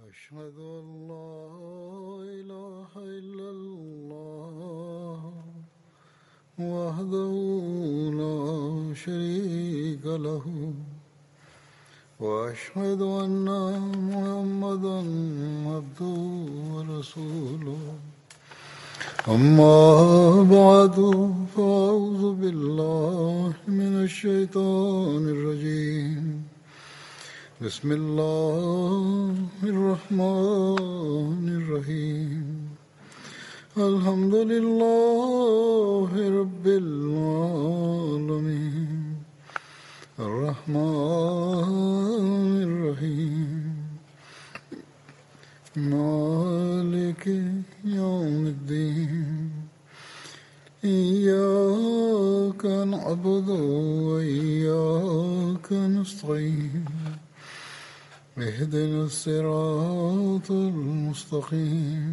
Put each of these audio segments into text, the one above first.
أشهد أن لا إله إلا الله وحده لا شريك له وأشهد أن محمدا عبده ورسوله أما بعد فأعوذ بالله من الشيطان الرجيم بسم الله الرحمن الرحيم الحمد لله رب العالمين الرحمن الرحيم مالك يوم الدين إياك نعبد وإياك نستعين اهدنا الصراط المستقيم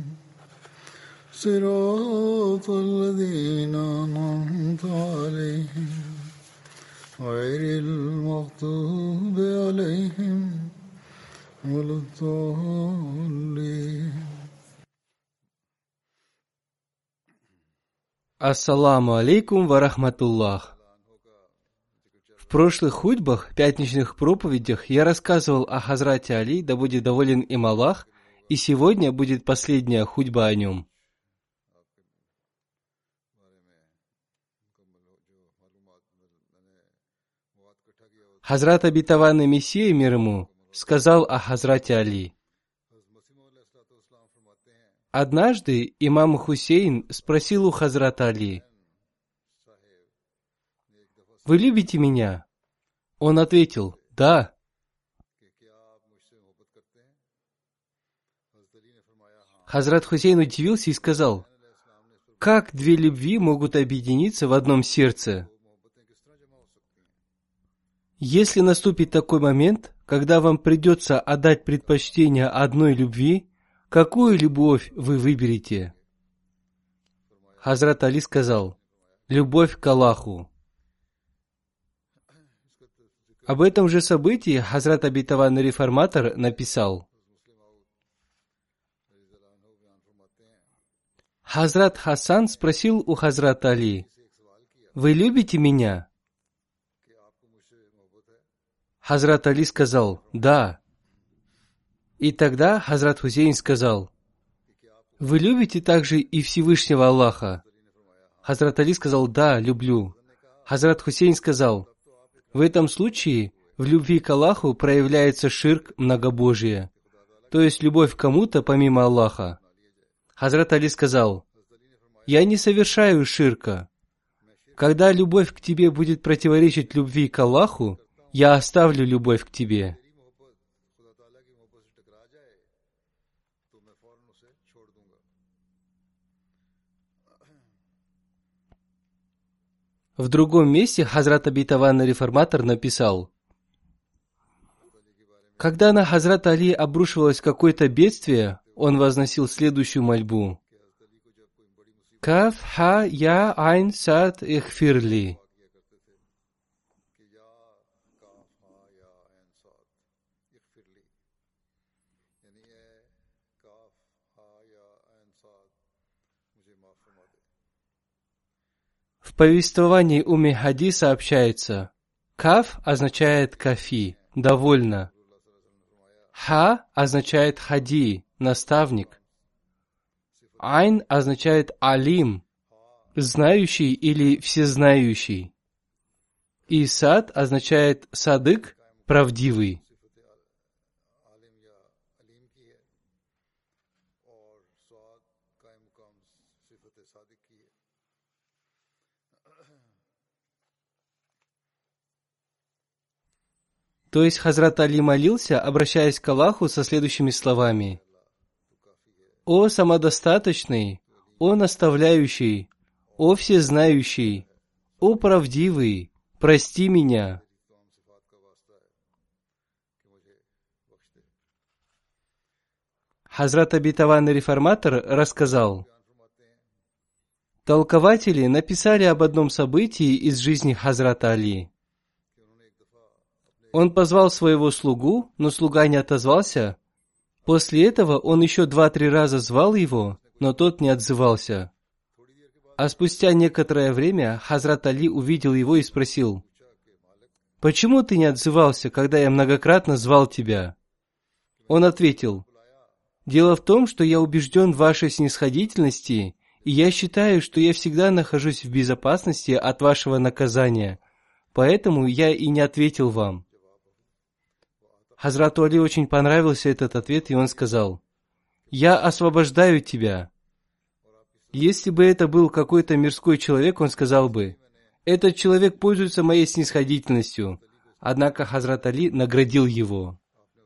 صراط الذين أنعمت عليهم غير المغضوب عليهم ولا الضالين. Ассаламу алейкум ва рахматуллах. В прошлых хутбах, пятничных проповедях я рассказывал о Хазрате Али, да будет доволен им Аллах, и сегодня будет последняя хутба о нем. Хазрат обетованный Мессия мир ему сказал о Хазрате Али. Однажды имам Хусейн спросил у Хазрата Али: «Вы любите меня?» Он ответил: «Да». Хазрат Хусейн удивился и сказал: «Как две любви могут объединиться в одном сердце? Если наступит такой момент, когда вам придется отдать предпочтение одной любви, какую любовь вы выберете?» Хазрат Али сказал: «Любовь к Аллаху». Об этом же событии Хазрат обетованный реформатор написал: Хазрат Хасан спросил у Хазрата Али: «Вы любите меня?» Хазрат Али сказал: «Да». И тогда Хазрат Хусейн сказал: «Вы любите также и Всевышнего Аллаха?» Хазрат Али сказал: «Да, люблю». Хазрат Хусейн сказал: «В этом случае в любви к Аллаху проявляется ширк, многобожие, то есть любовь к кому-то помимо Аллаха». Хазрат Али сказал: «Я не совершаю ширка. Когда любовь к тебе будет противоречить любви к Аллаху, я оставлю любовь к тебе». В другом месте Хазрат обетованный реформатор написал: когда на Хазрата Али обрушивалось какое-то бедствие, он возносил следующую мольбу: «Каф, ха, я, айн, сад, ихфирли». В повествовании Умми Хади сообщается: «Каф» означает «кафи», «довольно». «Ха» означает «хади», «наставник». «Айн» означает «алим», «знающий» или «всезнающий». И «сад» означает «садык», «правдивый». То есть Хазрат Али молился, обращаясь к Аллаху со следующими словами: «О самодостаточный, о наставляющий, о всезнающий, о правдивый, прости меня». Хазрат обетованный реформатор рассказал: толкователи написали об одном событии из жизни Хазрата Али. Он позвал своего слугу, но слуга не отозвался, После этого он еще 2-3 раза звал его, но тот не отзывался. А спустя некоторое время Хазрат Али увидел его и спросил: «Почему ты не отзывался, когда я многократно звал тебя?» Он ответил: «Дело в том, что я убежден в вашей снисходительности, и я считаю, что я всегда нахожусь в безопасности от вашего наказания, поэтому я и не ответил вам». Хазрату Али очень понравился этот ответ, и он сказал: «Я освобождаю тебя». Если бы это был какой-то мирской человек, он сказал бы: «Этот человек пользуется моей снисходительностью». Однако Хазрат Али наградил его.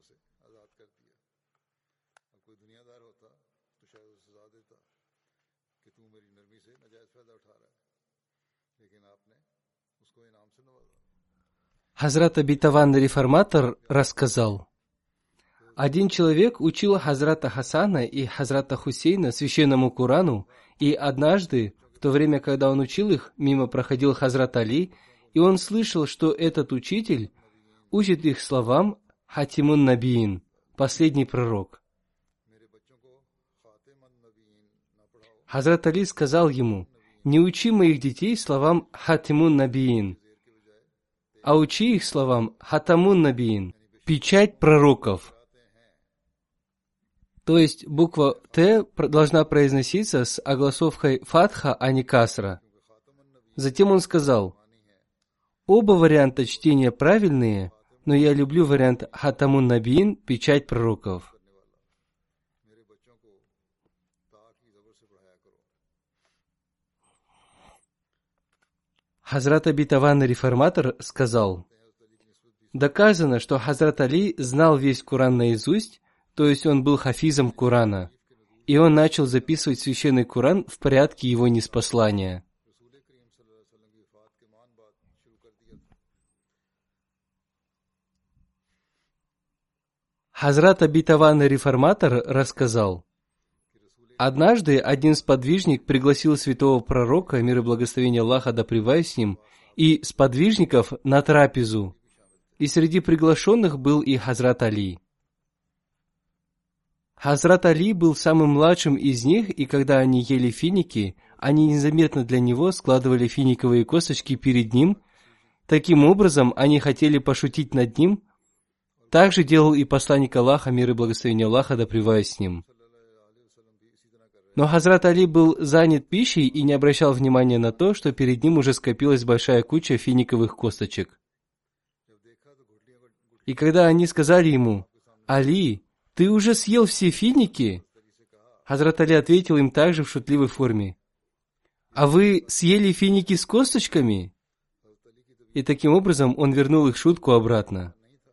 Хазрат обетованный реформатор рассказал: один человек учил Хазрата Хасана и Хазрата Хусейна священному Корану, и однажды, в то время, когда он учил их, мимо проходил Хазрат Али, и он слышал, что этот учитель учит их словам «Хатимун Набиин», последний пророк. Хазрат Али сказал ему: «Не учи моих детей словам «Хатимун Набиин», а учи их словам «Хатамун Набиин», печать пророков». То есть буква «Т» должна произноситься с огласовкой фатха, а не касра. Затем он сказал: «Оба варианта чтения правильные, но я люблю вариант «Хатамун Набиин», печать пророков». Хазрат обетованный реформатор сказал: доказано, что Хазрат Али знал весь Коран наизусть, то есть он был хафизом Корана, и он начал записывать священный Коран в порядке его ниспослания. Хазрат обетованный реформатор рассказал: однажды один сподвижник пригласил святого пророка, мир и благословение Аллаха да пребывает с ним, и сподвижников на трапезу, и среди приглашенных был и Хазрат Али. Хазрат Али был самым младшим из них, и когда они ели финики, они незаметно для него складывали финиковые косточки перед ним. Таким образом, они хотели пошутить над ним. Так же делал и посланник Аллаха, мир и благословение Аллаха да пребывает с ним. Но Хазрат Али был занят пищей и не обращал внимания на то, что перед ним уже скопилась большая куча финиковых косточек. И когда они сказали ему: «Али, ты уже съел все финики?» Хазрат Али ответил им также в шутливой форме: «А вы съели финики с косточками?» И таким образом он вернул их шутку обратно.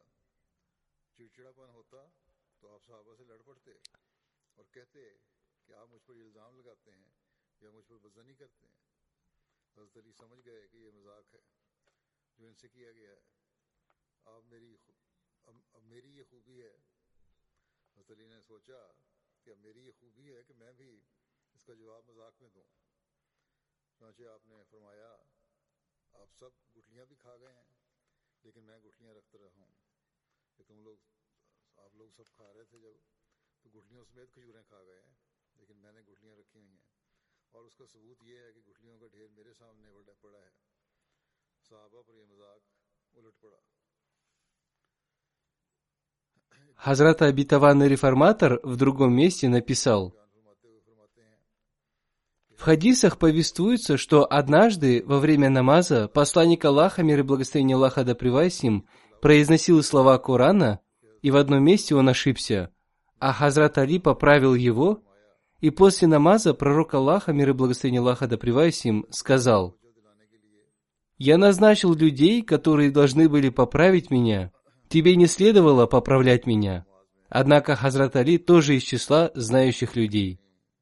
Хазрат обетованный реформатор в другом месте написал: в хадисах повествуется, что однажды во время намаза посланник Аллаха, мир и благословение Аллаха да пребывает с ним, произносил слова Корана, и в одном месте он ошибся, а Хазрат Али поправил его, и после намаза пророк Аллаха, мир и благословение Аллаха да пребывает с ним, сказал: «Я назначил людей, которые должны были поправить меня. Тебе не следовало поправлять меня». Однако Хазрат Али тоже из числа знающих людей.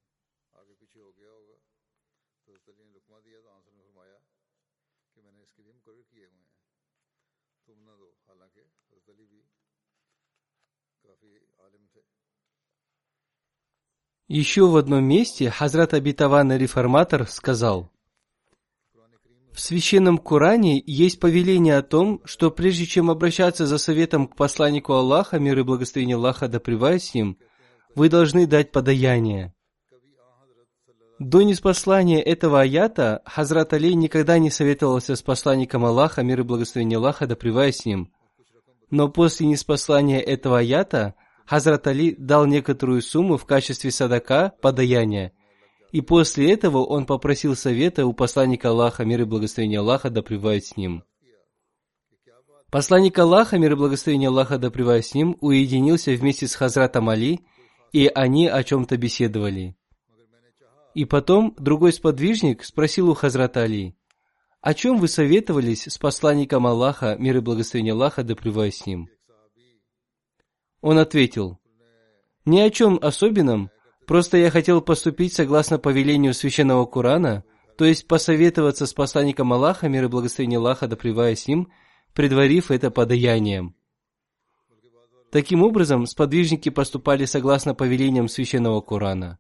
Еще в одном месте Хазрат обетованный реформатор сказал: в священном Коране есть повеление о том, что прежде чем обращаться за советом к посланнику Аллаха, мир и благословение Аллаха да пребывает с ним, вы должны дать подаяние. До ниспослания этого аята Хазрат Али никогда не советовался с посланником Аллаха, мир и благословение Аллаха, да пребывает с ним. Но после ниспослания этого аята Хазрат Али дал некоторую сумму в качестве садака, подаяния, и после этого он попросил совета у посланника Аллаха, мир и благословение Аллаха, да пребывает с ним. Посланник Аллаха, мир и благословение Аллаха, да пребывает с ним, уединился вместе с Хазратом Али, и они о чем-то беседовали. И потом другой сподвижник спросил у Хазрата Али: «О чем вы советовались с посланником Аллаха, мир и благословение Аллаха, да пребывает с ним?» Он ответил: «Ни о чем особенном, просто я хотел поступить согласно повелению Священного Корана, то есть посоветоваться с посланником Аллаха, мир и благословение Аллаха, да пребывает с ним, предварив это подаянием». Таким образом, сподвижники поступали согласно повелениям Священного Корана.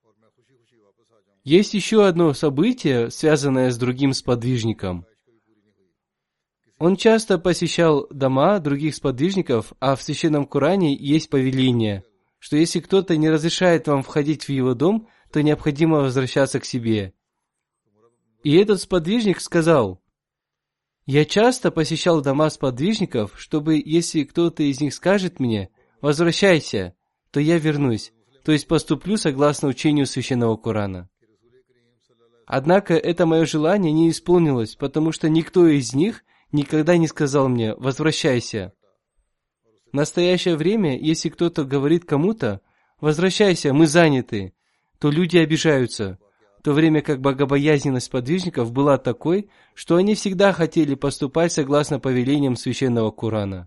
Есть еще одно событие, связанное с другим сподвижником. Он часто посещал дома других сподвижников, а в Священном Коране есть повеление, что если кто-то не разрешает вам входить в его дом, то необходимо возвращаться к себе. И этот сподвижник сказал: «Я часто посещал дома сподвижников, чтобы, если кто-то из них скажет мне: возвращайся, то я вернусь, то есть поступлю согласно учению Священного Корана. Однако это мое желание не исполнилось, потому что никто из них никогда не сказал мне: возвращайся. В настоящее время, если кто-то говорит кому-то: возвращайся, мы заняты, то люди обижаются, в то время как богобоязненность подвижников была такой, что они всегда хотели поступать согласно повелениям Священного Корана.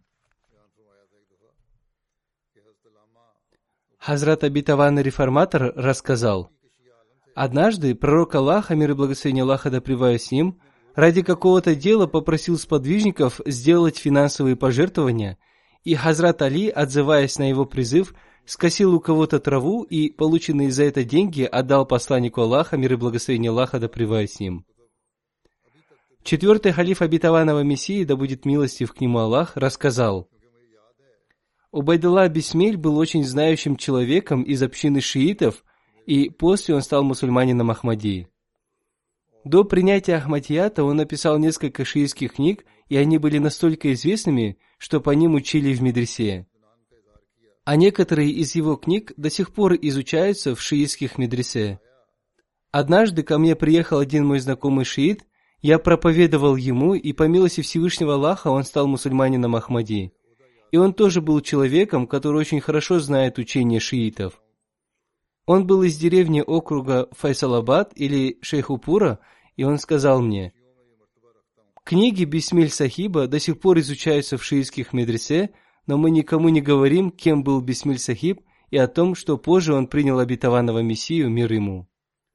Хазрат Обетованный Реформатор рассказал: однажды пророк Аллаха, мир и благословение Аллаха, да пребывает с ним, ради какого-то дела попросил сподвижников сделать финансовые пожертвования, и Хазрат Али, отзываясь на его призыв, скосил у кого-то траву и полученные за это деньги отдал посланнику Аллаха, мир и благословение Аллаха, да пребывает с ним. Четвертый халиф обетованного Мессии, да будет милостив к нему Аллах, рассказал: Убайдулла Бисмиль был очень знающим человеком из общины шиитов, и после он стал мусульманином Ахмади. До принятия Ахмадията он написал несколько шиитских книг, и они были настолько известными, что по ним учили в медресе. А некоторые из его книг до сих пор изучаются в шиитских медресе. Однажды ко мне приехал один мой знакомый шиит, я проповедовал ему, и по милости Всевышнего Аллаха он стал мусульманином Ахмади. И он тоже был человеком, который очень хорошо знает учение шиитов. Он был из деревни округа Файсалабад или Шейхупура, и он сказал мне: «Книги Бисмиль Сахиба до сих пор изучаются в шиитских медресе, но мы никому не говорим, кем был Бисмиль Сахиб, и о том, что позже он принял обетованного Мессию, мир ему».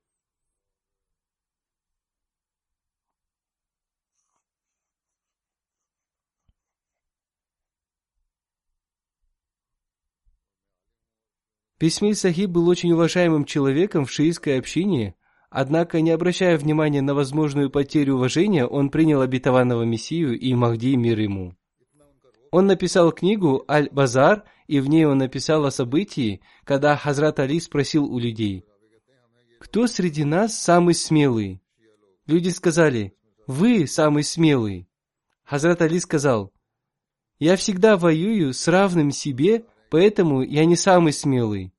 Бисмиль Сахиб был очень уважаемым человеком в шиитской общине, однако, не обращая внимания на возможную потерю уважения, он принял обетованного Мессию и Махди, мир ему. Он написал книгу «Аль-Базар», и в ней он написал о событии, когда Хазрат Али спросил у людей: «Кто среди нас самый смелый?» Люди сказали: «Вы самый смелый». Хазрат Али сказал: «Я всегда воюю с равным себе, поэтому я не самый смелый».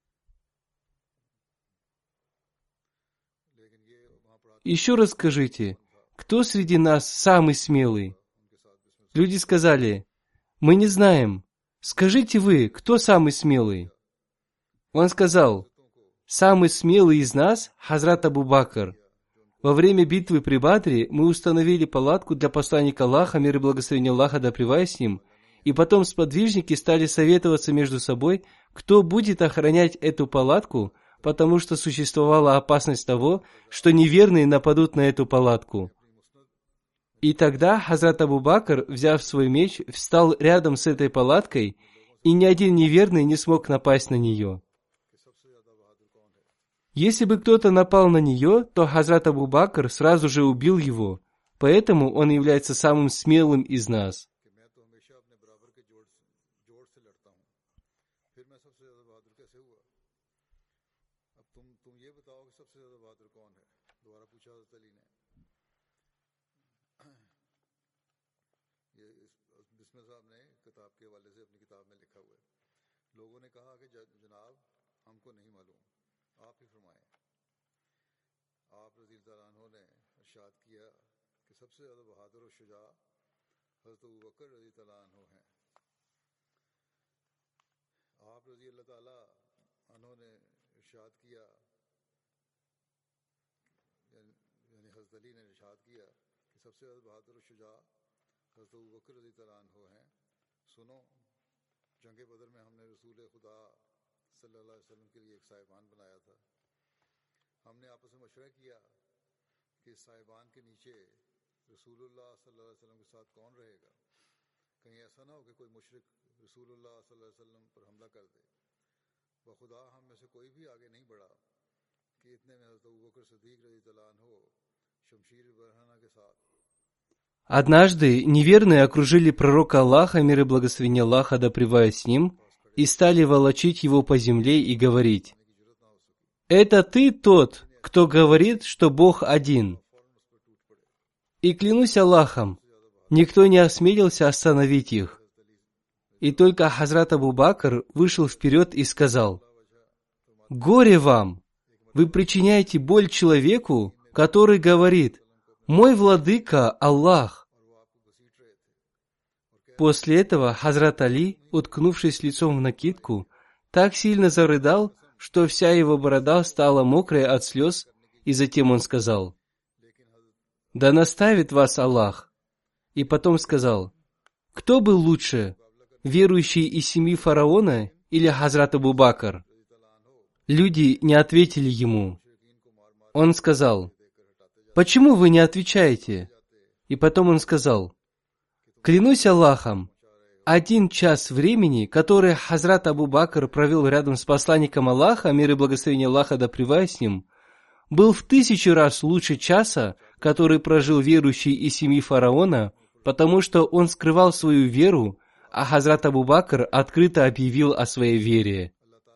Еще раз скажите, кто среди нас самый смелый? Люди сказали: «Мы не знаем. Скажите вы, кто самый смелый?» Он сказал: «Самый смелый из нас – Хазрат Абу Бакр. Во время битвы при Бадре мы установили палатку для посланника Аллаха, мир и благословение Аллаха, да пребывает с ним, и потом сподвижники стали советоваться между собой, кто будет охранять эту палатку, потому что существовала опасность того, что неверные нападут на эту палатку. И тогда Хазрат Абу Бакр, взяв свой меч, встал рядом с этой палаткой, и ни один неверный не смог напасть на нее. Если бы кто-то напал на нее, то Хазрат Абу Бакр сразу же убил его, поэтому он является самым смелым из нас. Однажды неверные окружили пророка Аллаха, мир и благословение Аллаха да пребывает с ним, и стали волочить его по земле и говорить: «Это ты тот, кто говорит, что Бог один». И клянусь Аллахом, никто не осмелился остановить их. И только Хазрат Абу Бакр вышел вперед и сказал: «Горе вам! Вы причиняете боль человеку, который говорит: мой владыка Аллах». После этого Хазрат Али, уткнувшись лицом в накидку, так сильно зарыдал, что вся его борода стала мокрой от слез, и затем он сказал: «Да наставит вас Аллах». И потом сказал: «Кто был лучше, верующий из семьи фараона или Хазрат Абу Бакр?» Люди не ответили ему. Он сказал: «Почему вы не отвечаете?» И потом он сказал: «Клянусь Аллахом, 1 час времени, который Хазрат Абу Бакр провел рядом с посланником Аллаха, мир и благословение Аллаха да пребывает с ним, был в 1000 раз лучше часа, который прожил верующий из семьи фараона, потому что он скрывал свою веру, а Хазрат Абу Бакр открыто объявил о своей вере».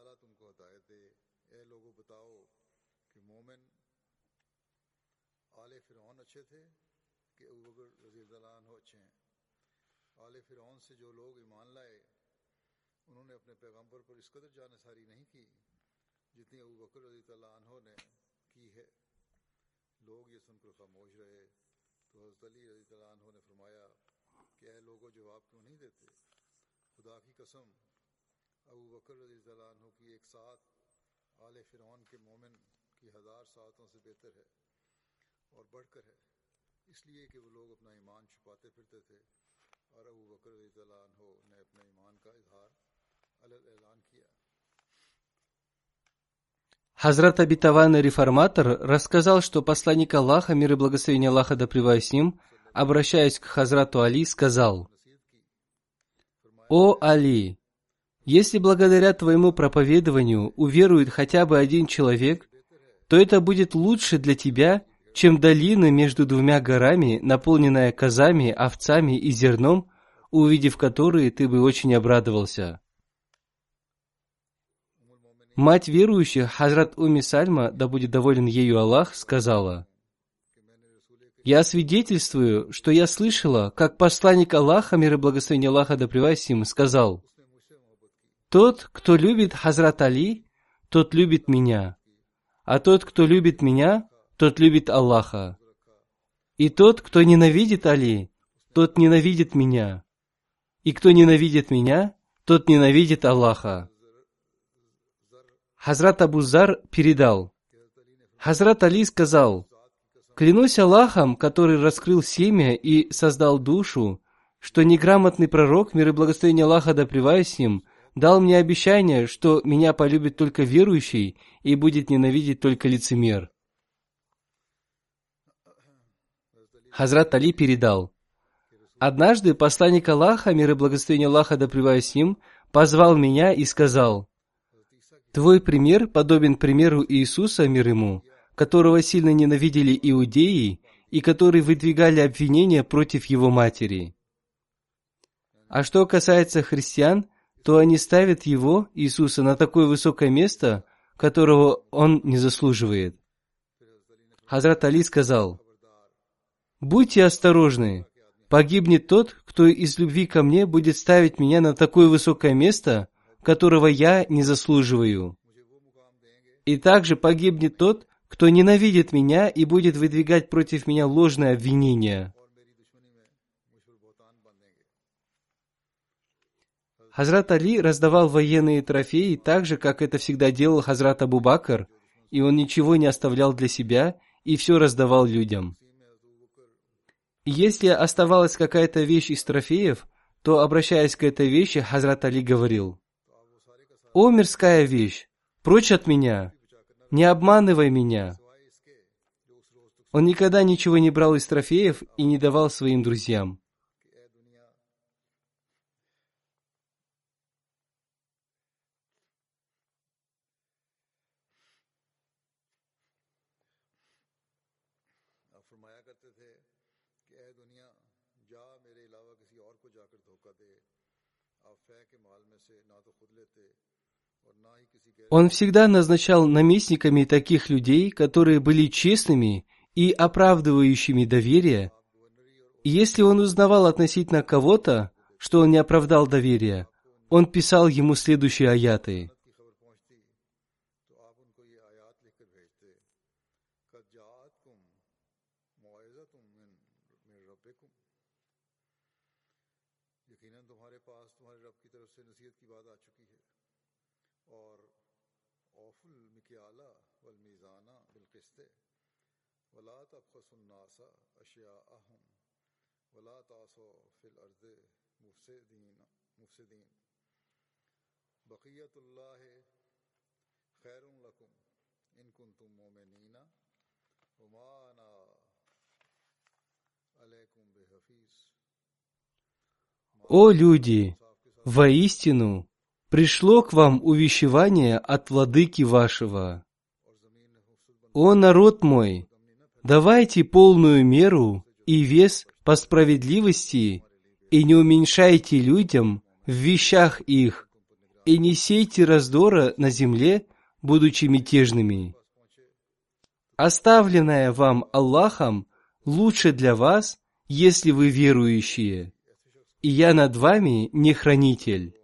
Хазрат обетованный реформатор рассказал, что посланник Аллаха, мир и благословение Аллаха да пребывает с ним, обращаясь к Хазрату Али, сказал: «О Али, если благодаря твоему проповедованию уверует хотя бы 1 человек, то это будет лучше для тебя, чем долина между 2 горами, наполненная козами, овцами и зерном, увидев которые ты бы очень обрадовался». Мать верующих, Хазрат Умми Сальма, да будет доволен ею Аллах, сказала: «Я свидетельствую, что я слышала, как посланник Аллаха, мир и благословение Аллаха да пребывает с ним, сказал: тот, кто любит Хазрат Али, тот любит меня, а тот, кто любит меня, тот любит Аллаха. И тот, кто ненавидит Али, тот ненавидит меня, и кто ненавидит меня, тот ненавидит Аллаха». Хазрат Абу Зар передал: Хазрат Али сказал: «Клянусь Аллахом, который раскрыл семя и создал душу, что неграмотный пророк, мир и благословение Аллаха да пребывает с ним, дал мне обещание, что меня полюбит только верующий и будет ненавидеть только лицемер». Хазрат Али передал: «Однажды посланник Аллаха, мир и благословение Аллаха да пребывает с ним, позвал меня и сказал: твой пример подобен примеру Иисуса, мир ему, которого сильно ненавидели иудеи и которые выдвигали обвинения против его матери. А что касается христиан, то они ставят его, Иисуса, на такое высокое место, которого он не заслуживает. Хазрат Али сказал: «Будьте осторожны, погибнет тот, кто из любви ко мне будет ставить меня на такое высокое место, которого я не заслуживаю. И также погибнет тот, кто ненавидит меня и будет выдвигать против меня ложные обвинения». Хазрат Али раздавал военные трофеи так же, как это всегда делал Хазрат Абу Бакр, и он ничего не оставлял для себя и все раздавал людям. И если оставалась какая-то вещь из трофеев, то, обращаясь к этой вещи, Хазрат Али говорил: «О, мирская вещь, прочь от меня, не обманывай меня». Он никогда ничего не брал из трофеев и не давал своим друзьям. Он всегда назначал наместниками таких людей, которые были честными и оправдывающими доверие. И если он узнавал относительно кого-то, что он не оправдал доверия, он писал ему следующие аяты. «О люди, воистину, пришло к вам увещевание от владыки вашего. О народ мой, давайте полную меру и вес по справедливости, и не уменьшайте людям в вещах их, и не сейте раздора на земле, будучи мятежными. Оставленное вам Аллахом лучше для вас, если вы верующие, и я над вами не хранитель».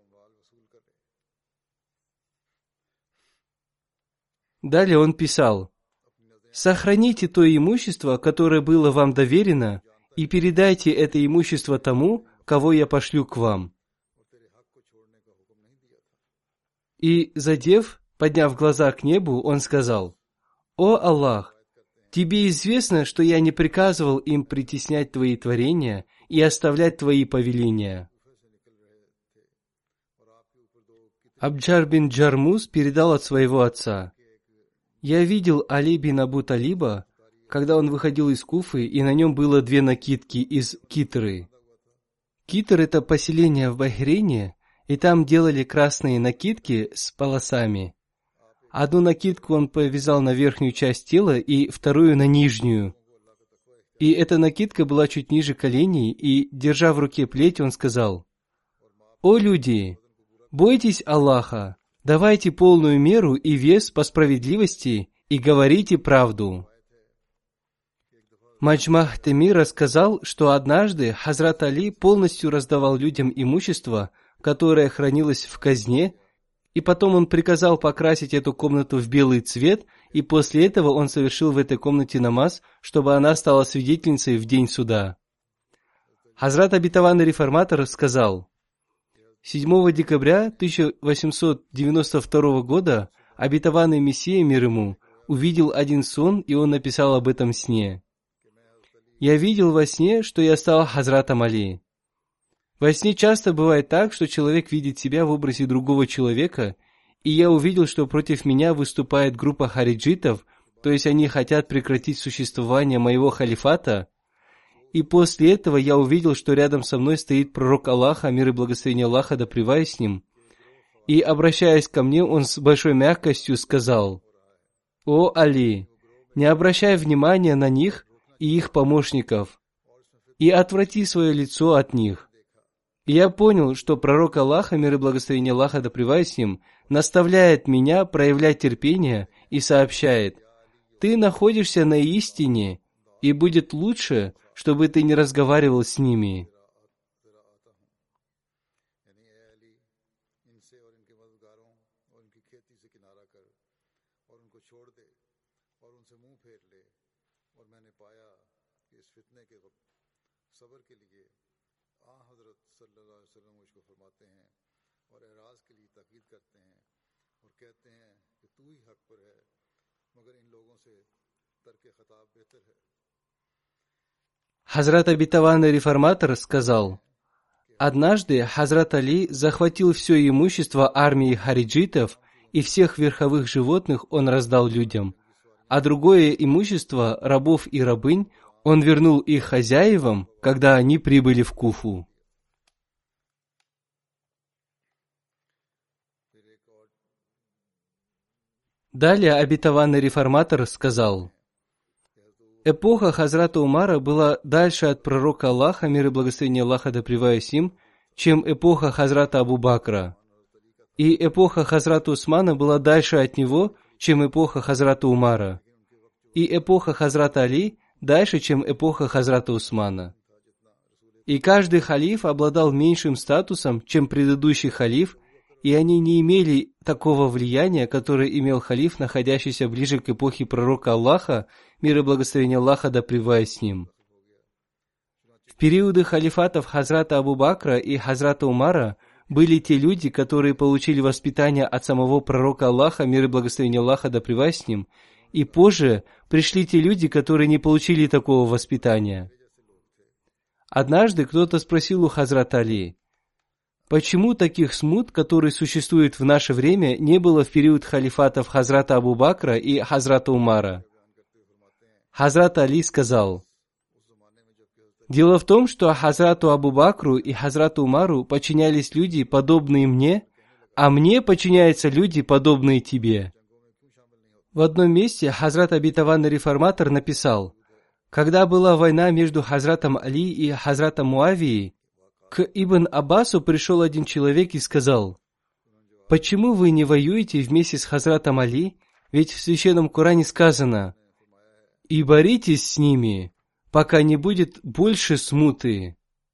Далее он писал: «Сохраните то имущество, которое было вам доверено, и передайте это имущество тому, кого я пошлю к вам». И, задев, подняв глаза к небу, он сказал: «О Аллах, Тебе известно, что я не приказывал им притеснять Твои творения и оставлять Твои повеления». Абджар бин Джармус передал от своего отца: «Я видел Али бин Абу Талиба, когда он выходил из Куфы, и на нем было 2 накидки из китры. Китр – это поселение в Бахрейне, и там делали красные накидки с полосами. Одну накидку он повязал на верхнюю часть тела и вторую на нижнюю. И эта накидка была чуть ниже коленей, и, держа в руке плеть, он сказал: «О люди, бойтесь Аллаха, давайте полную меру и вес по справедливости и говорите правду». Маджмах Теми рассказал, что однажды Хазрат Али полностью раздавал людям имущество, которое хранилось в казне, и потом он приказал покрасить эту комнату в белый цвет, и после этого он совершил в этой комнате намаз, чтобы она стала свидетельницей в день суда. Хазрат Обетованный Реформатор сказал: 7 декабря 1892 года Обетованный Мессия, мир ему, увидел один сон, и он написал об этом сне. «Я видел во сне, что я стал Хазратом Али». Во сне часто бывает так, что человек видит себя в образе другого человека, и я увидел, что против меня выступает группа хариджитов, то есть они хотят прекратить существование моего халифата, и после этого я увидел, что рядом со мной стоит пророк Аллаха, мир и благословение Аллаха да пребывает с ним, и, обращаясь ко мне, он с большой мягкостью сказал: «О Али, не обращай внимания на них и их помощников, и отврати свое лицо от них». И я понял, что пророк Аллаха, мир и благословение Аллаха да пребывает с ним, наставляет меня проявлять терпение и сообщает: «Ты находишься на истине, и будет лучше, чтобы ты не разговаривал с ними». Хазрат обетованный реформатор сказал: однажды Хазрат Али захватил все имущество армии хариджитов, и всех верховых животных он раздал людям, а другое имущество рабов и рабынь он вернул их хозяевам, когда они прибыли в Куфу. Далее обетованный реформатор сказал: эпоха Хазрата Умара была дальше от пророка Аллаха, мир и благословение Аллаха да пребывает с ним, чем эпоха Хазрата Абу Бакра. И эпоха Хазрата Усмана была дальше от него, чем эпоха Хазрата Умара. И эпоха Хазрата Али дальше, чем эпоха Хазрата Усмана. И каждый халиф обладал меньшим статусом, чем предыдущий халиф, и они не имели такого влияния, которое имел халиф, находящийся ближе к эпохе пророка Аллаха, мир и благословение Аллаха да пребывает с ним. В периоды халифатов Хазрата Абу Бакра и Хазрата Умара были те люди, которые получили воспитание от самого пророка Аллаха, мир и благословение Аллаха да пребывает с ним, и позже пришли те люди, которые не получили такого воспитания. Однажды кто-то спросил у Хазрата Али: почему таких смут, которые существуют в наше время, не было в период халифатов Хазрата Абу Бакра и Хазрата Умара? Хазрат Али сказал: дело в том, что Хазрату Абу Бакру и Хазрату Умару подчинялись люди, подобные мне, а мне подчиняются люди, подобные тебе. В одном месте Хазрат обетованный реформатор написал: когда была война между Хазратом Али и Хазратом Муавией, к Ибн Аббасу пришел один человек и сказал: почему вы не воюете вместе с Хазратом Али, ведь в Священном Коране сказано: и боритесь с ними, пока не будет больше смуты.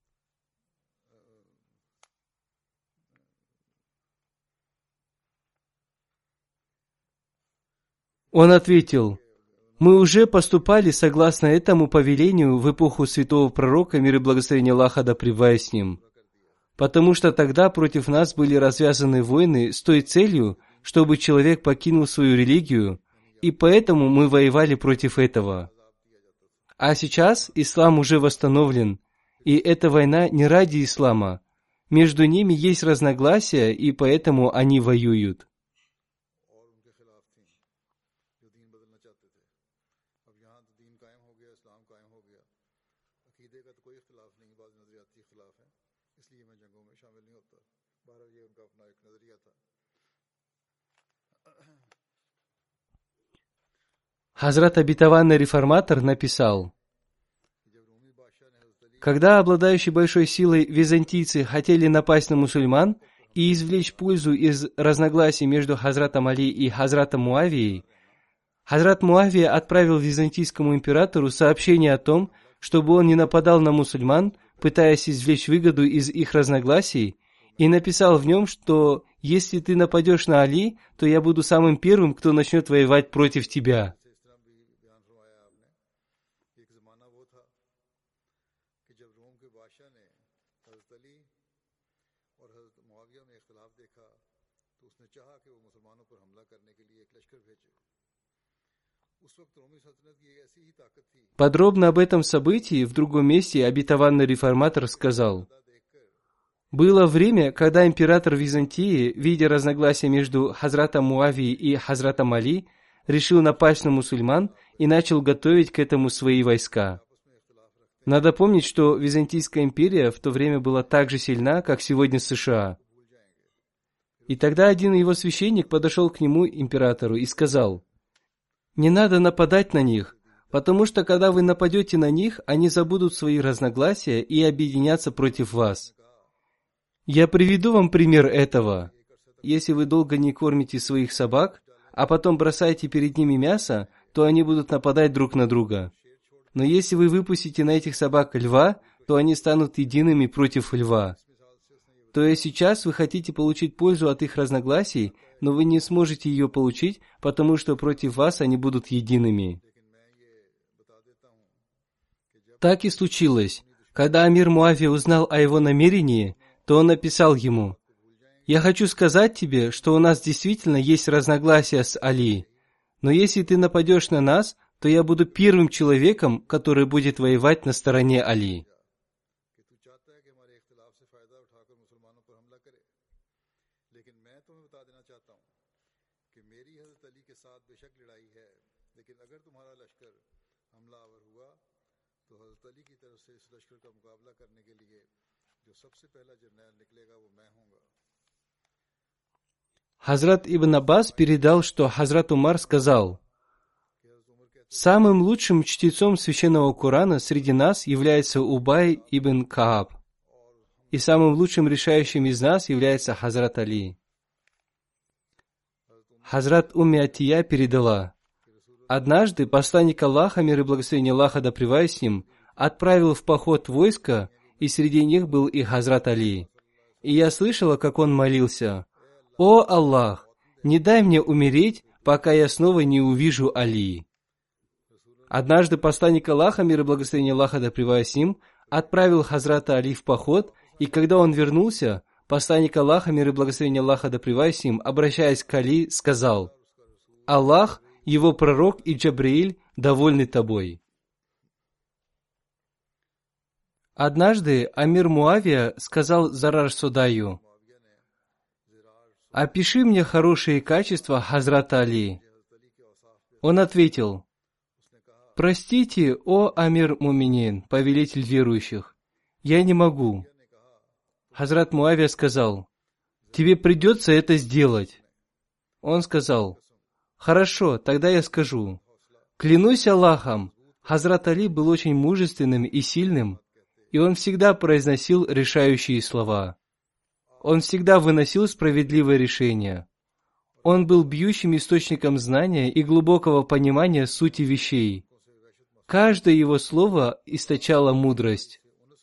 Он ответил: мы уже поступали согласно этому повелению в эпоху святого пророка, мир и благословение Аллаха да пребывает с ним, потому что тогда против нас были развязаны войны с той целью, чтобы человек покинул свою религию, и поэтому мы воевали против этого. А сейчас ислам уже восстановлен, и эта война не ради ислама. Между ними есть разногласия, и поэтому они воюют. Хазрат обетованный реформатор написал: когда обладающие большой силой византийцы хотели напасть на мусульман и извлечь пользу из разногласий между Хазратом Али и Хазратом Муавией, Хазрат Муавия отправил византийскому императору сообщение о том, чтобы он не нападал на мусульман, пытаясь извлечь выгоду из их разногласий, и написал в нем, что если ты нападешь на Али, то я буду самым первым, кто начнет воевать против тебя. Подробно об этом событии в другом месте обетованный реформатор сказал: было время, когда император Византии, видя разногласия между Хазратом Муавией и Хазратом Али, решил напасть на мусульман и начал готовить к этому свои войска. Надо помнить, что Византийская империя в то время была так же сильна, как сегодня США. И тогда один его священник подошел к нему, императору, и сказал: не надо нападать на них, потому что когда вы нападете на них, они забудут свои разногласия и объединятся против вас. Я приведу вам пример этого. Если вы долго не кормите своих собак, а потом бросаете перед ними мясо, то они будут нападать друг на друга. Но если вы выпустите на этих собак льва, то они станут едиными против льва. То есть сейчас вы хотите получить пользу от их разногласий, но вы не сможете ее получить, потому что против вас они будут едиными. Так и случилось. Когда Амир Муавия узнал о его намерении, то он написал ему: «Я хочу сказать тебе, что у нас действительно есть разногласия с Али, но если ты нападешь на нас, то я буду первым человеком, который будет воевать на стороне Али». Хазрат Ибн Аббас передал, что Хазрат Умар сказал: «Самым лучшим чтецом священного Корана среди нас является Убай ибн Кааб, и самым лучшим решающим из нас является Хазрат Али». Хазрат Умми Атия передала: «Однажды посланник Аллаха, мир и благословение Аллаха да пребывает с ним, отправил в поход войско, и среди них был и Хазрат Али. И я слышала, как он молился: «О Аллах, не дай мне умереть, пока я снова не увижу Али». Однажды посланник Аллаха, мир и благословение Аллаха да пребывает с ним, отправил Хазрата Али в поход, и когда он вернулся, посланник Аллаха, мир и благословение Аллаха да пребывает с ним, обращаясь к Али, сказал: «Аллах, его пророк и Джабраиль довольны тобой». Однажды Амир Муавия сказал Зарар Судаю: «Опиши мне хорошие качества Хазрата Али». Он ответил: «Простите, о Амир Муминин, повелитель верующих, я не могу». Хазрат Муавия сказал: «Тебе придется это сделать». Он сказал: «Хорошо, тогда я скажу. Клянусь Аллахом, Хазрат Али был очень мужественным и сильным, и он всегда произносил решающие слова. Он всегда выносил справедливое решение. Он был бьющим источником знания и глубокого понимания сути вещей. Каждое его слово источало мудрость.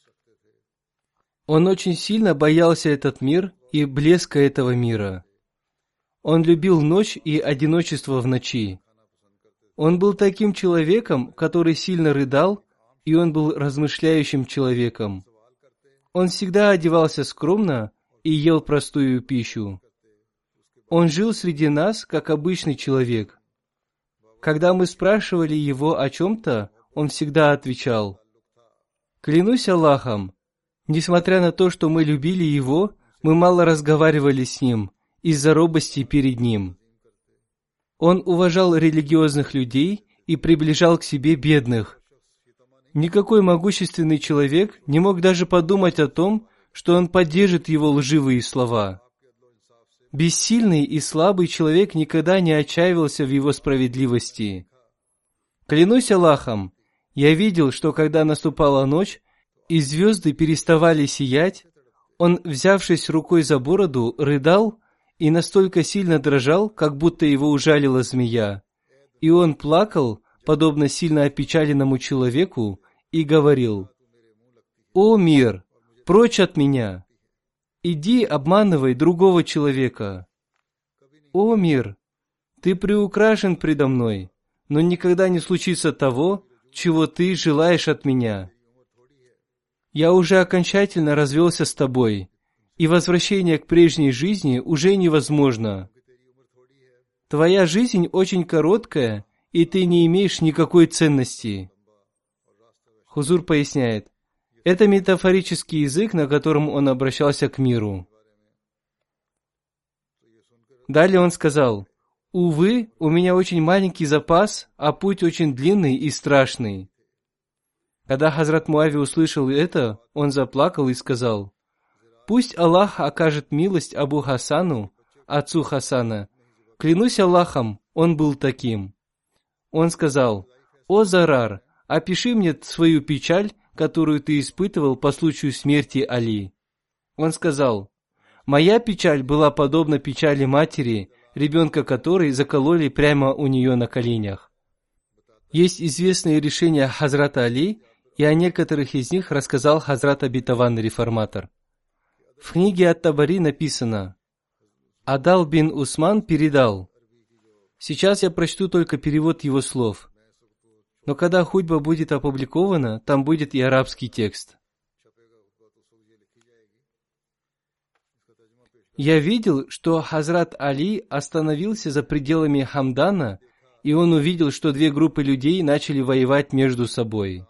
Он очень сильно боялся этот мир и блеска этого мира. Он любил ночь и одиночество в ночи. Он был таким человеком, который сильно рыдал, и он был размышляющим человеком. Он всегда одевался скромно и ел простую пищу. Он жил среди нас, как обычный человек. Когда мы спрашивали его о чем-то, он всегда отвечал: «Клянусь Аллахом, несмотря на то, что мы любили его, мы мало разговаривали с ним из-за робости перед ним. Он уважал религиозных людей и приближал к себе бедных. Никакой могущественный человек не мог даже подумать о том, что он поддержит его лживые слова. Бессильный и слабый человек никогда не отчаивался в его справедливости. Клянусь Аллахом, я видел, что когда наступала ночь, и звезды переставали сиять, он, взявшись рукой за бороду, рыдал и настолько сильно дрожал, как будто его ужалила змея. И он плакал, подобно сильно опечаленному человеку, и говорил: «О мир, прочь от меня! Иди обманывай другого человека. О мир, ты приукрашен предо мной, но никогда не случится того, чего ты желаешь от меня. Я уже окончательно развелся с тобой, и возвращение к прежней жизни уже невозможно. Твоя жизнь очень короткая, и ты не имеешь никакой ценности». Хузур поясняет: это метафорический язык, на котором он обращался к миру. Далее он сказал: «Увы, у меня очень маленький запас, а путь очень длинный и страшный». Когда Хазрат Муави услышал это, он заплакал и сказал: «Пусть Аллах окажет милость Абу Хасану, отцу Хасана. Клянусь Аллахом, он был таким». Он сказал: «О Зарар, опиши мне свою печаль, которую ты испытывал по случаю смерти Али». Он сказал: «Моя печаль была подобна печали матери, ребенка которой закололи прямо у нее на коленях». Есть известные решения Хазрата Али, и о некоторых из них рассказал Хазрат Обетованный Реформатор. В книге Ат-Табари написано: Адал бин Усман передал. Сейчас я прочту только перевод его слов. Но когда хутба будет опубликована, там будет и арабский текст. Я видел, что Хазрат Али остановился за пределами Хамдана, и он увидел, что две группы людей начали воевать между собой.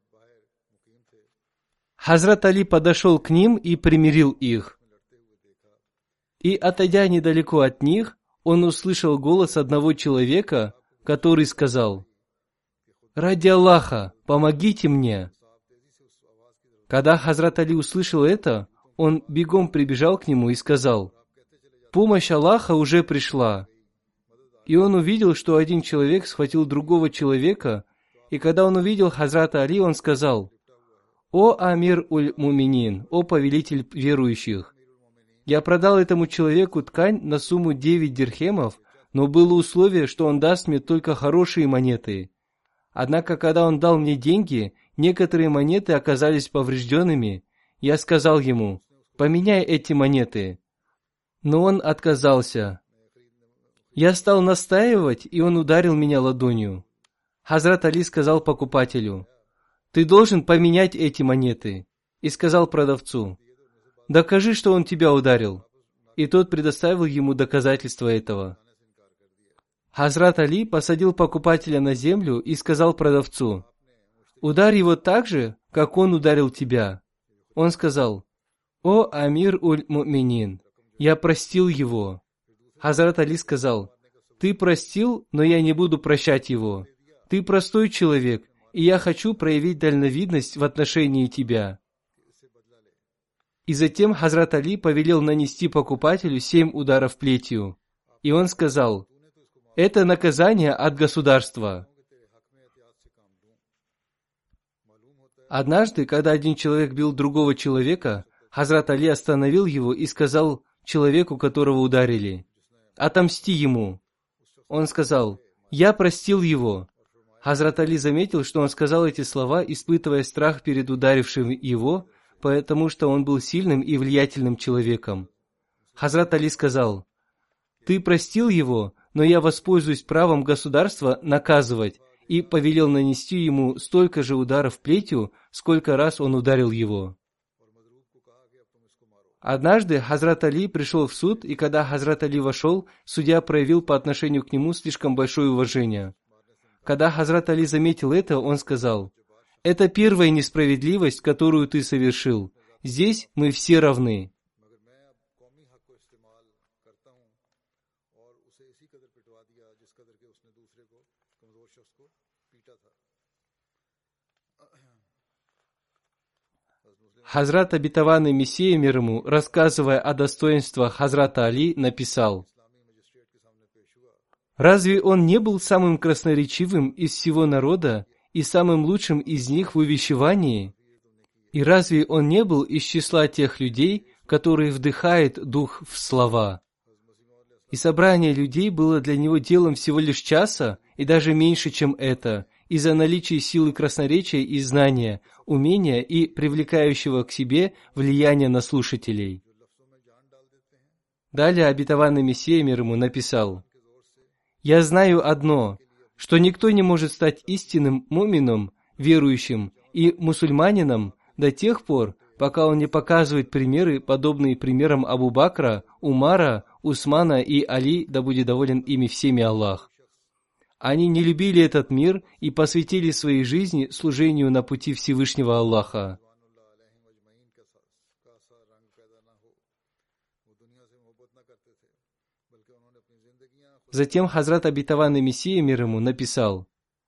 Хазрат Али подошел к ним и примирил их. И, отойдя недалеко от них, он услышал голос одного человека, который сказал: «Ради Аллаха, помогите мне». Когда Хазрат Али услышал это, он бегом прибежал к нему и сказал: «Помощь Аллаха уже пришла». И он увидел, что один человек схватил другого человека, и когда он увидел Хазрата Али, он сказал: «О Амир-уль-Муминин, о повелитель верующих! Я продал этому человеку ткань на сумму 9 дирхемов, но было условие, что он даст мне только хорошие монеты. Однако, когда он дал мне деньги, некоторые монеты оказались поврежденными. Я сказал ему: поменяй эти монеты». Но он отказался. Я стал настаивать, и он ударил меня ладонью. Хазрат Али сказал покупателю: «Ты должен поменять эти монеты». И сказал продавцу: «Докажи, что он тебя ударил». И тот предоставил ему доказательства этого. Хазрат Али посадил покупателя на землю и сказал продавцу: «Ударь его так же, как он ударил тебя». Он сказал: «О Амир-уль-Муминин, я простил его». Хазрат Али сказал: «Ты простил, но я не буду прощать его. Ты простой человек, и я хочу проявить дальновидность в отношении тебя». И затем Хазрат Али повелел нанести покупателю 7 ударов плетью. И он сказал: «Это наказание от государства». Однажды, когда один человек бил другого человека, Хазрат Али остановил его и сказал человеку, которого ударили: «Отомсти ему». Он сказал: «Я простил его». Хазрат Али заметил, что он сказал эти слова, испытывая страх перед ударившим его, потому что он был сильным и влиятельным человеком. Хазрат Али сказал: «Ты простил его, но я воспользуюсь правом государства наказывать», и повелел нанести ему столько же ударов плетью, сколько раз он ударил его. Однажды Хазрат Али пришел в суд, и когда Хазрат Али вошел, судья проявил по отношению к нему слишком большое уважение. Когда Хазрат Али заметил это, он сказал: «Это первая несправедливость, которую ты совершил. Здесь мы все равны». Хазрат Обетованный Мессия мир ему, рассказывая о достоинствах Хазрата Али, написал: «Разве он не был самым красноречивым из всего народа и самым лучшим из них в увещевании? И разве он не был из числа тех людей, которые вдыхают дух в слова? И собрание людей было для него делом всего лишь часа, и даже меньше, чем это, из-за наличия силы красноречия и знания, умения и привлекающего к себе влияния на слушателей». Далее Обетованный Мессия мир ему написал: «Я знаю одно, что никто не может стать истинным мумином, верующим и мусульманином до тех пор, пока он не показывает примеры, подобные примерам Абу Бакра, Умара, Усмана и Али, да будет доволен ими всеми Аллах. Они не любили этот мир и посвятили своей жизни служению на пути Всевышнего Аллаха». Затем Хазрат Обетованный Мессия мир ему написал: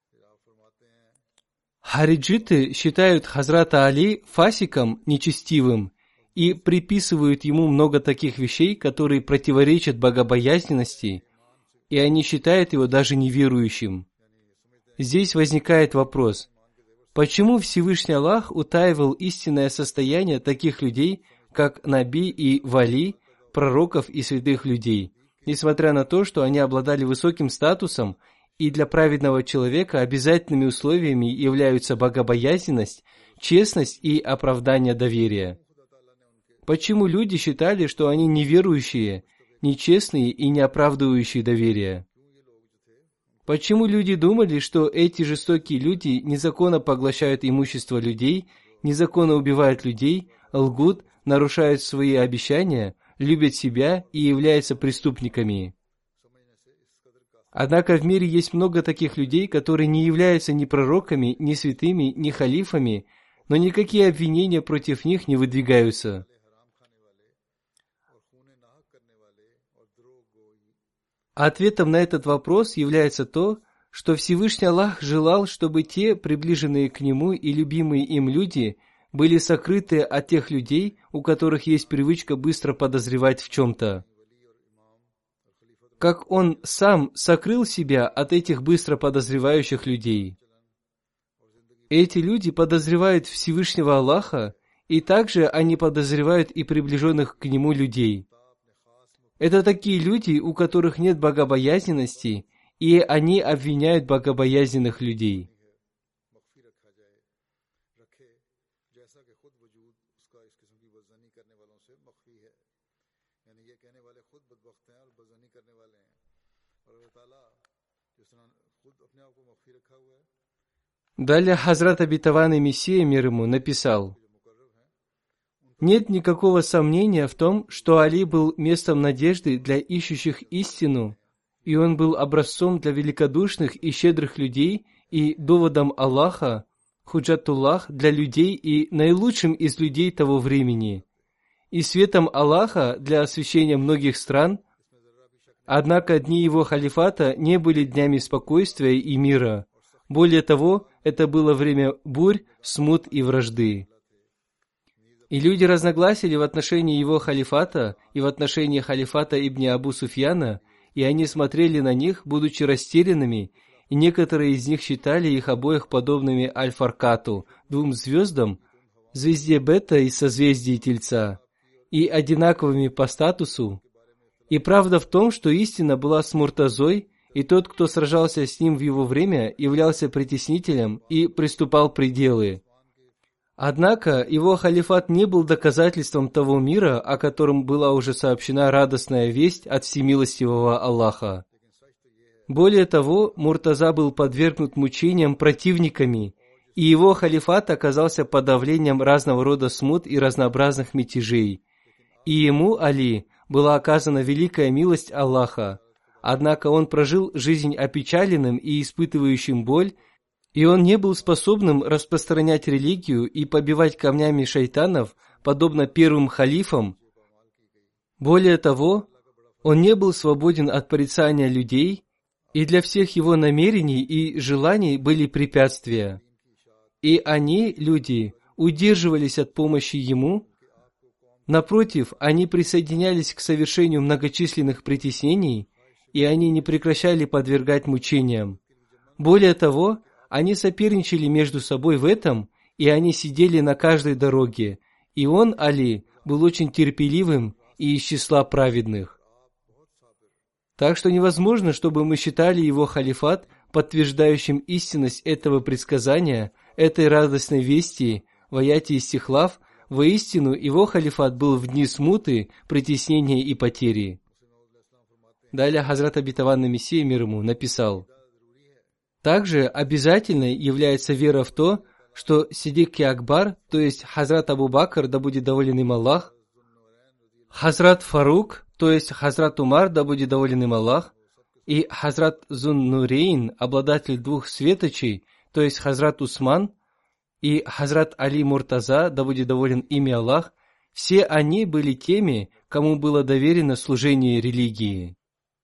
«Хариджиты считают Хазрата Али фасиком нечестивым и приписывают ему много таких вещей, которые противоречат богобоязненности, и они считают его даже неверующим. Здесь возникает вопрос: почему Всевышний Аллах утаивал истинное состояние таких людей, как наби и вали, пророков и святых людей, несмотря на то, что они обладали высоким статусом, и для праведного человека обязательными условиями являются богобоязненность, честность и оправдание доверия. Почему люди считали, что они неверующие, нечестные и не оправдывающие доверия? Почему люди думали, что эти жестокие люди незаконно поглощают имущество людей, незаконно убивают людей, лгут, нарушают свои обещания, любят себя и являются преступниками? Однако в мире есть много таких людей, которые не являются ни пророками, ни святыми, ни халифами, но никакие обвинения против них не выдвигаются. Ответом на этот вопрос является то, что Всевышний Аллах желал, чтобы те, приближенные к Нему и любимые им люди, были сокрыты от тех людей, у которых есть привычка быстро подозревать в чем-то. Как Он сам сокрыл себя от этих быстро подозревающих людей. Эти люди подозревают Всевышнего Аллаха, и также они подозревают и приближенных к Нему людей. Это такие люди, у которых нет богобоязненности, и они обвиняют богобоязненных людей. Далее Хазрат Обетованный Мессия, мир ему, написал: «Нет никакого сомнения в том, что Али был местом надежды для ищущих истину, и он был образцом для великодушных и щедрых людей и доводом Аллаха, худжатуллах для людей и наилучшим из людей того времени, и светом Аллаха для освящения многих стран. Однако дни его халифата не были днями спокойствия и мира. Более того, это было время бурь, смут и вражды. И люди разногласили в отношении его халифата и в отношении халифата ибн Абу Суфьяна, и они смотрели на них, будучи растерянными, и некоторые из них считали их обоих подобными Аль-Фаркату, 2 звездам, звезде Бета и созвездии Тельца, и одинаковыми по статусу. И правда в том, что истина была с Муртазой, и тот, кто сражался с ним в его время, являлся притеснителем и приступал пределы. Однако его халифат не был доказательством того мира, о котором была уже сообщена радостная весть от всемилостивого Аллаха. Более того, Муртаза был подвергнут мучениям противниками, и его халифат оказался подавлением разного рода смут и разнообразных мятежей. И ему, Али, была оказана великая милость Аллаха. Однако он прожил жизнь опечаленным и испытывающим боль, и он не был способным распространять религию и побивать камнями шайтанов, подобно первым халифам. Более того, он не был свободен от порицания людей, и для всех его намерений и желаний были препятствия. И они, люди, удерживались от помощи ему. Напротив, они присоединялись к совершению многочисленных притеснений, и они не прекращали подвергать мучениям. Более того, они соперничали между собой в этом, и они сидели на каждой дороге, и он, Али, был очень терпеливым и из числа праведных. Так что невозможно, чтобы мы считали его халифат подтверждающим истинность этого предсказания, этой радостной вести в аяте Истихлаф. Воистину, его халифат был в дни смуты, притеснения и потери. Далее Хазрат Обетованный Мессия, мир ему, написал: также обязательной является вера в то, что Сиддик Акбар, то есть Хазрат Абу Бакр, да будет доволен им Аллах, Хазрат Фарук, то есть Хазрат Умар, да будет доволен им Аллах, и Хазрат Зун-Нурейн, обладатель 2 светочей, то есть Хазрат Усман, и Хазрат Али Муртаза, да будет доволен ими Аллах, все они были теми, кому было доверено служение религии.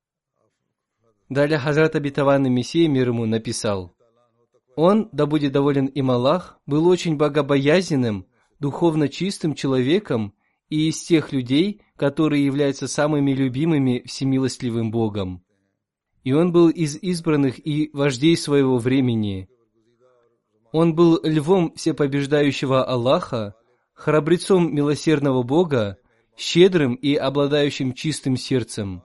Далее Хазрат Обетованный Мессия, мир ему, написал: он, да будет доволен им Аллах, был очень богобоязненным, духовно чистым человеком и из тех людей, которые являются самыми любимыми всемилостливым Богом. И он был из избранных и вождей своего времени. Он был львом всепобеждающего Аллаха, храбрецом милосердного Бога, щедрым и обладающим чистым сердцем.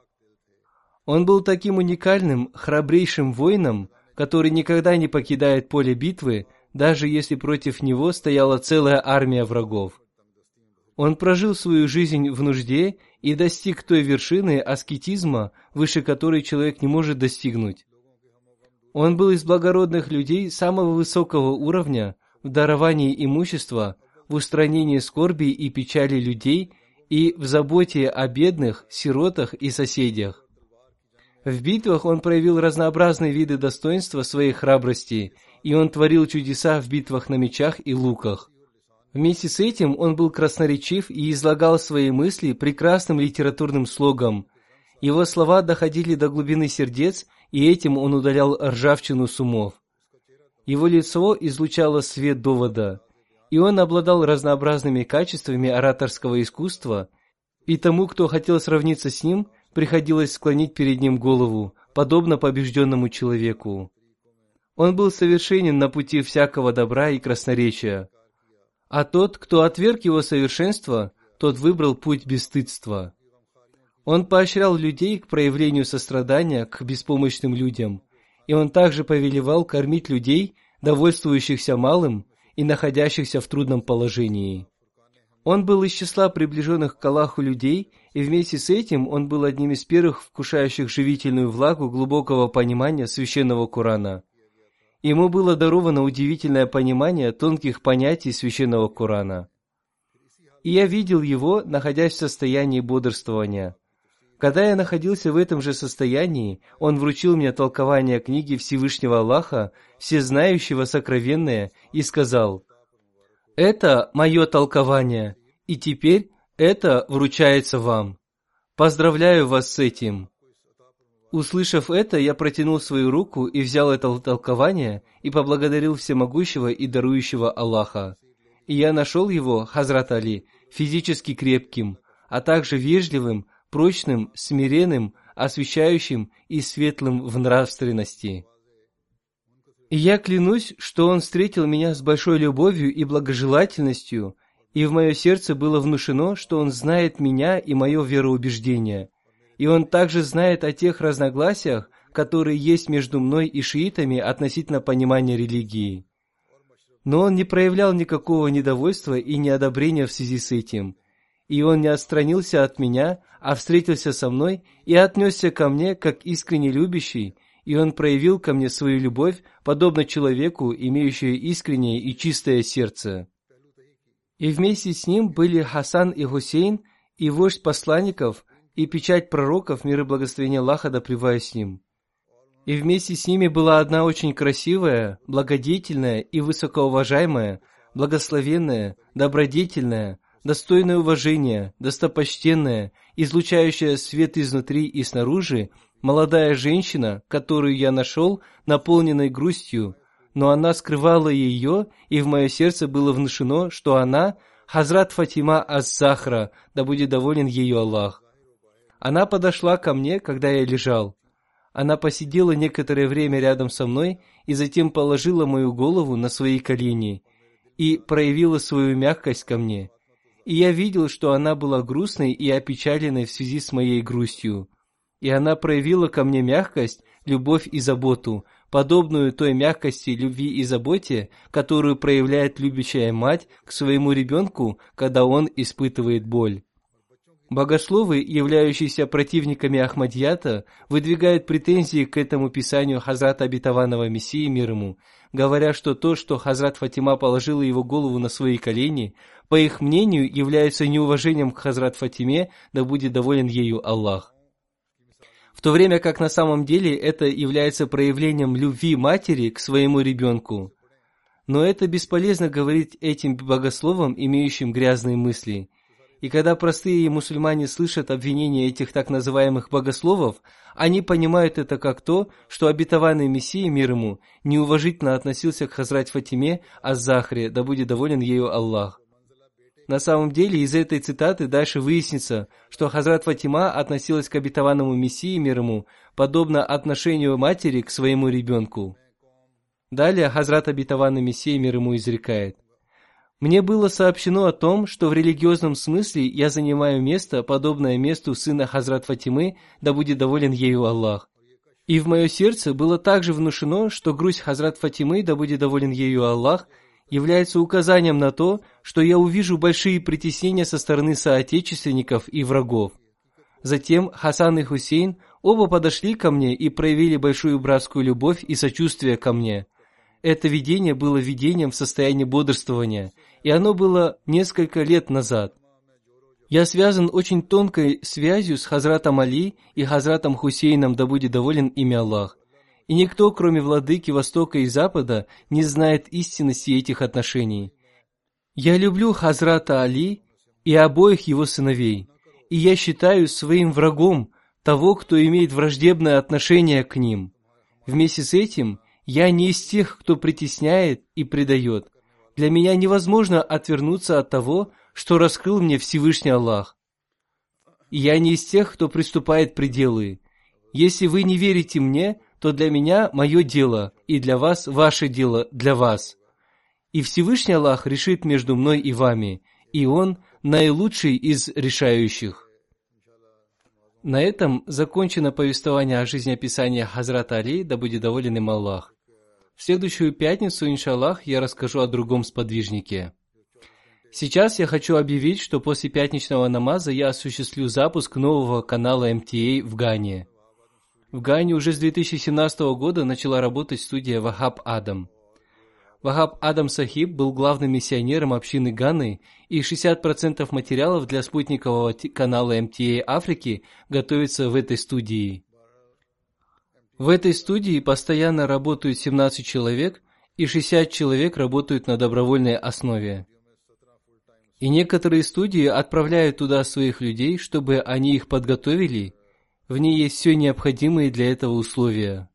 Он был таким уникальным, храбрейшим воином, который никогда не покидает поле битвы, даже если против него стояла целая армия врагов. Он прожил свою жизнь в нужде и достиг той вершины аскетизма, выше которой человек не может достигнуть. Он был из благородных людей самого высокого уровня в даровании имущества, в устранении скорби и печали людей и в заботе о бедных, сиротах и соседях. В битвах он проявил разнообразные виды достоинства своей храбрости, и он творил чудеса в битвах на мечах и луках. Вместе с этим он был красноречив и излагал свои мысли прекрасным литературным слогом. Его слова доходили до глубины сердец, и этим он удалял ржавчину с умов. Его лицо излучало свет довода, и он обладал разнообразными качествами ораторского искусства, и тому, кто хотел сравниться с ним, приходилось склонить перед ним голову, подобно побежденному человеку. Он был совершенен на пути всякого добра и красноречия. А тот, кто отверг его совершенство, тот выбрал путь бесстыдства. Он поощрял людей к проявлению сострадания к беспомощным людям, и он также повелевал кормить людей, довольствующихся малым и находящихся в трудном положении. Он был из числа приближенных к Аллаху людей, и вместе с этим он был одним из первых вкушающих живительную влагу глубокого понимания священного Корана. Ему было даровано удивительное понимание тонких понятий священного Корана. И я видел его, находясь в состоянии бодрствования. Когда я находился в этом же состоянии, он вручил мне толкование книги Всевышнего Аллаха, всезнающего сокровенное, и сказал: «Это мое толкование, и теперь это вручается вам. Поздравляю вас с этим». Услышав это, я протянул свою руку и взял это толкование и поблагодарил всемогущего и дарующего Аллаха. И я нашел его, Хазрат Али, физически крепким, а также вежливым, прочным, смиренным, освещающим и светлым в нравственности. И я клянусь, что он встретил меня с большой любовью и благожелательностью, и в мое сердце было внушено, что он знает меня и мое вероубеждение. И он также знает о тех разногласиях, которые есть между мной и шиитами относительно понимания религии. Но он не проявлял никакого недовольства и неодобрения в связи с этим. И он не отстранился от меня, а встретился со мной и отнесся ко мне как искренне любящий, и он проявил ко мне свою любовь, подобно человеку, имеющему искреннее и чистое сердце. И вместе с ним были Хасан и Хусейн, и вождь посланников, и печать пророков, мир и благословение Аллаха да пребывает с ним. И вместе с ними была одна очень красивая, благодетельная и высокоуважаемая, благословенная, добродетельная, достойная уважения, достопочтенная, излучающая свет изнутри и снаружи, молодая женщина, которую я нашел, наполненной грустью, но она скрывала ее, и в мое сердце было внушено, что она Хазрат Фатима ас-Захра, да будет доволен ею Аллах. Она подошла ко мне, когда я лежал. Она посидела некоторое время рядом со мной и затем положила мою голову на свои колени и проявила свою мягкость ко мне. И я видел, что она была грустной и опечаленной в связи с моей грустью. И она проявила ко мне мягкость, любовь и заботу, подобную той мягкости, любви и заботе, которую проявляет любящая мать к своему ребенку, когда он испытывает боль. Богословы, являющиеся противниками Ахмадията, выдвигают претензии к этому писанию Хазрата Обетованного Мессии мир ему, говоря, что то, что Хазрат Фатима положила его голову на свои колени, по их мнению, является неуважением к Хазрат Фатиме, да будет доволен ею Аллах. В то время как на самом деле это является проявлением любви матери к своему ребенку. Но это бесполезно говорить этим богословам, имеющим грязные мысли. И когда простые мусульмане слышат обвинения этих так называемых богословов, они понимают это как то, что обетованный Мессия мир ему неуважительно относился к Хазрат Фатиме ас-Захре, да будет доволен ею Аллах. На самом деле, из этой цитаты дальше выяснится, что Хазрат Фатима относилась к обетованному Мессии мир ему подобно отношению матери к своему ребенку. Далее Хазрат Обетованный Мессия мир ему изрекает: Мне было сообщено о том, что в религиозном смысле я занимаю место, подобное месту сына Хазрат Фатимы, да будет доволен ею Аллах. И в мое сердце было также внушено, что грусть Хазрат Фатимы, да будет доволен ею Аллах, является указанием на то, что я увижу большие притеснения со стороны соотечественников и врагов. Затем Хасан и Хусейн оба подошли ко мне и проявили большую братскую любовь и сочувствие ко мне. Это видение было видением в состоянии бодрствования, и оно было несколько лет назад. Я связан очень тонкой связью с Хазратом Али и Хазратом Хусейном, да будет доволен ими Аллах. И никто, кроме владыки Востока и Запада, не знает истинности этих отношений. Я люблю Хазрата Али и обоих его сыновей, и я считаю своим врагом того, кто имеет враждебное отношение к ним. Вместе с этим я не из тех, кто притесняет и предает. Для меня невозможно отвернуться от того, что раскрыл мне Всевышний Аллах. И я не из тех, кто приступает пределы. Если вы не верите мне, то для меня мое дело, и для вас ваше дело для вас. И Всевышний Аллах решит между мной и вами, и Он наилучший из решающих. На этом закончено повествование о жизнеописании Хазрата Али, да будет доволен им Аллах. В следующую пятницу, иншаллах, я расскажу о другом сподвижнике. Сейчас я хочу объявить, что после пятничного намаза я осуществлю запуск нового канала МТА в Гане. В Гане уже с 2017 года начала работать студия Вахаб Адам. Вахаб Адам Сахиб был главным миссионером общины Ганы, и 60% материалов для спутникового канала МТА Африки готовится в этой студии. В этой студии постоянно работают 17 человек, и 60 человек работают на добровольной основе. И некоторые студии отправляют туда своих людей, чтобы они их подготовили. В ней есть все необходимые для этого условия.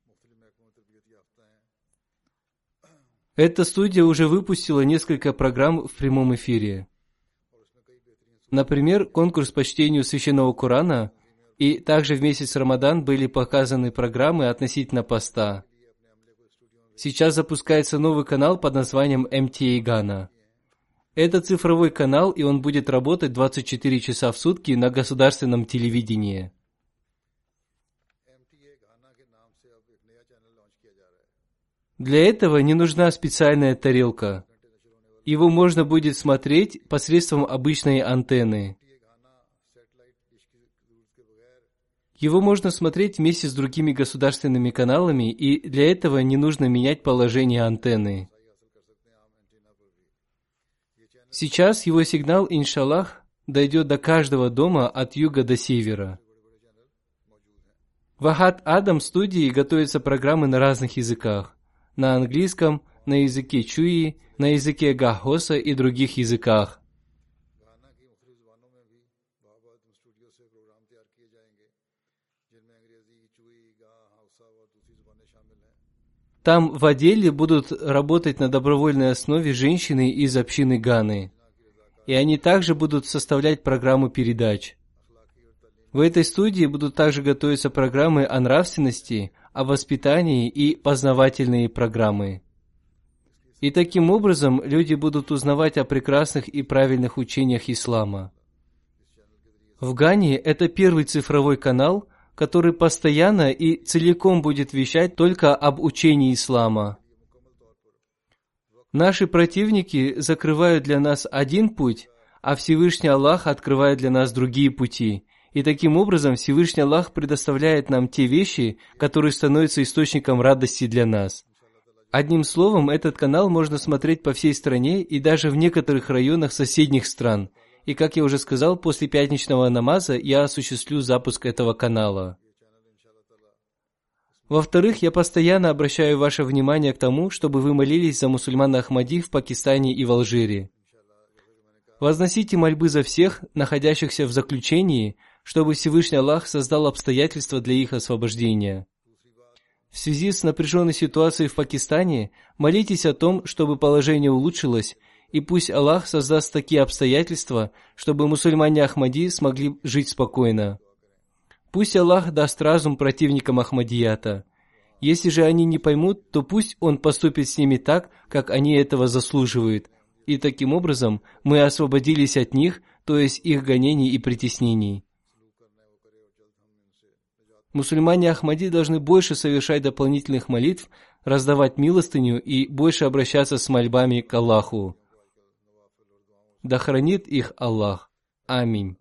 Эта студия уже выпустила несколько программ в прямом эфире. Например, конкурс по чтению Священного Корана, и также в месяц Рамадан были показаны программы относительно поста. Сейчас запускается новый канал под названием МТА Гана. Это цифровой канал, и он будет работать 24 часа в сутки на государственном телевидении. Для этого не нужна специальная тарелка. Его можно будет смотреть посредством обычной антенны. Его можно смотреть вместе с другими государственными каналами, и для этого не нужно менять положение антенны. Сейчас его сигнал, иншаллах, дойдет до каждого дома от юга до севера. В Вахаб Адам студии готовятся программы на разных языках. На английском, на языке чуи, на языке гахоса и других языках. Там в отделе будут работать на добровольной основе женщины из общины Ганы. И они также будут составлять программу передач. В этой студии будут также готовиться программы о нравственности, о воспитании и познавательные программы. И таким образом люди будут узнавать о прекрасных и правильных учениях ислама. В Гане это первый цифровой канал, который постоянно и целиком будет вещать только об учении ислама. Наши противники закрывают для нас один путь, а Всевышний Аллах открывает для нас другие пути. И таким образом Всевышний Аллах предоставляет нам те вещи, которые становятся источником радости для нас. Одним словом, этот канал можно смотреть по всей стране и даже в некоторых районах соседних стран. И, как я уже сказал, после пятничного намаза я осуществлю запуск этого канала. Во-вторых, я постоянно обращаю ваше внимание к тому, чтобы вы молились за мусульман Ахмади в Пакистане и в Алжире. Возносите мольбы за всех, находящихся в заключении, чтобы Всевышний Аллах создал обстоятельства для их освобождения. В связи с напряженной ситуацией в Пакистане, молитесь о том, чтобы положение улучшилось, и пусть Аллах создаст такие обстоятельства, чтобы мусульмане Ахмади смогли жить спокойно. Пусть Аллах даст разум противникам Ахмадията. Если же они не поймут, то пусть Он поступит с ними так, как они этого заслуживают, и таким образом мы освободились от них, то есть их гонений и притеснений. Мусульмане Ахмади должны больше совершать дополнительных молитв, раздавать милостыню и больше обращаться с мольбами к Аллаху. Да хранит их Аллах. Аминь.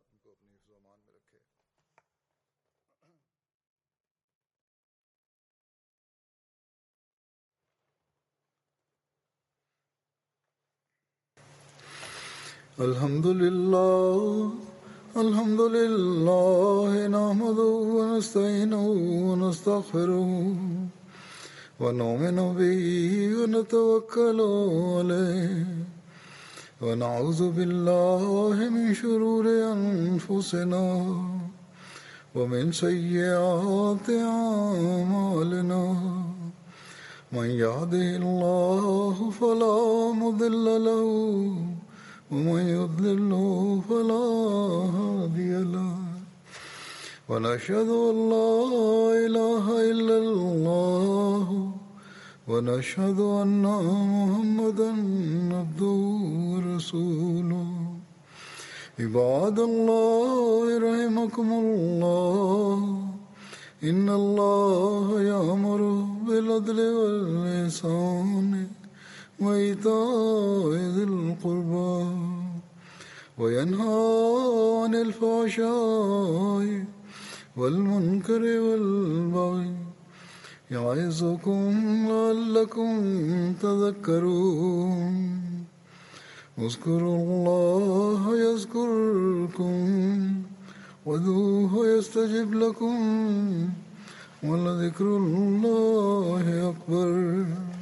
Alhamdulillah, alhamdulillah, nahmaduhu wa nasta'inuhu wa nastaghfiruh, wa nu'minu bihi wa natawakkalu alayhi, wa na'udhu billahi min shururi anfusina, wa min sayyiati a'malina. من يهده الله فلا مضل له ومن يضلل فلا هادي له ونشهد أن لا إله إلا الله ونشهد أن محمدا عبده ورسوله عباد الله رحمكم الله إن الله يأمر بالعدل والإحسان وإيتاء ذي القربى وينهى عن الفحشاء والمنكر والبغي يعظكم لعلكم تذكرون اذكروا الله يذكركم وادعوه يستجب لكم ولذكر الله أكبر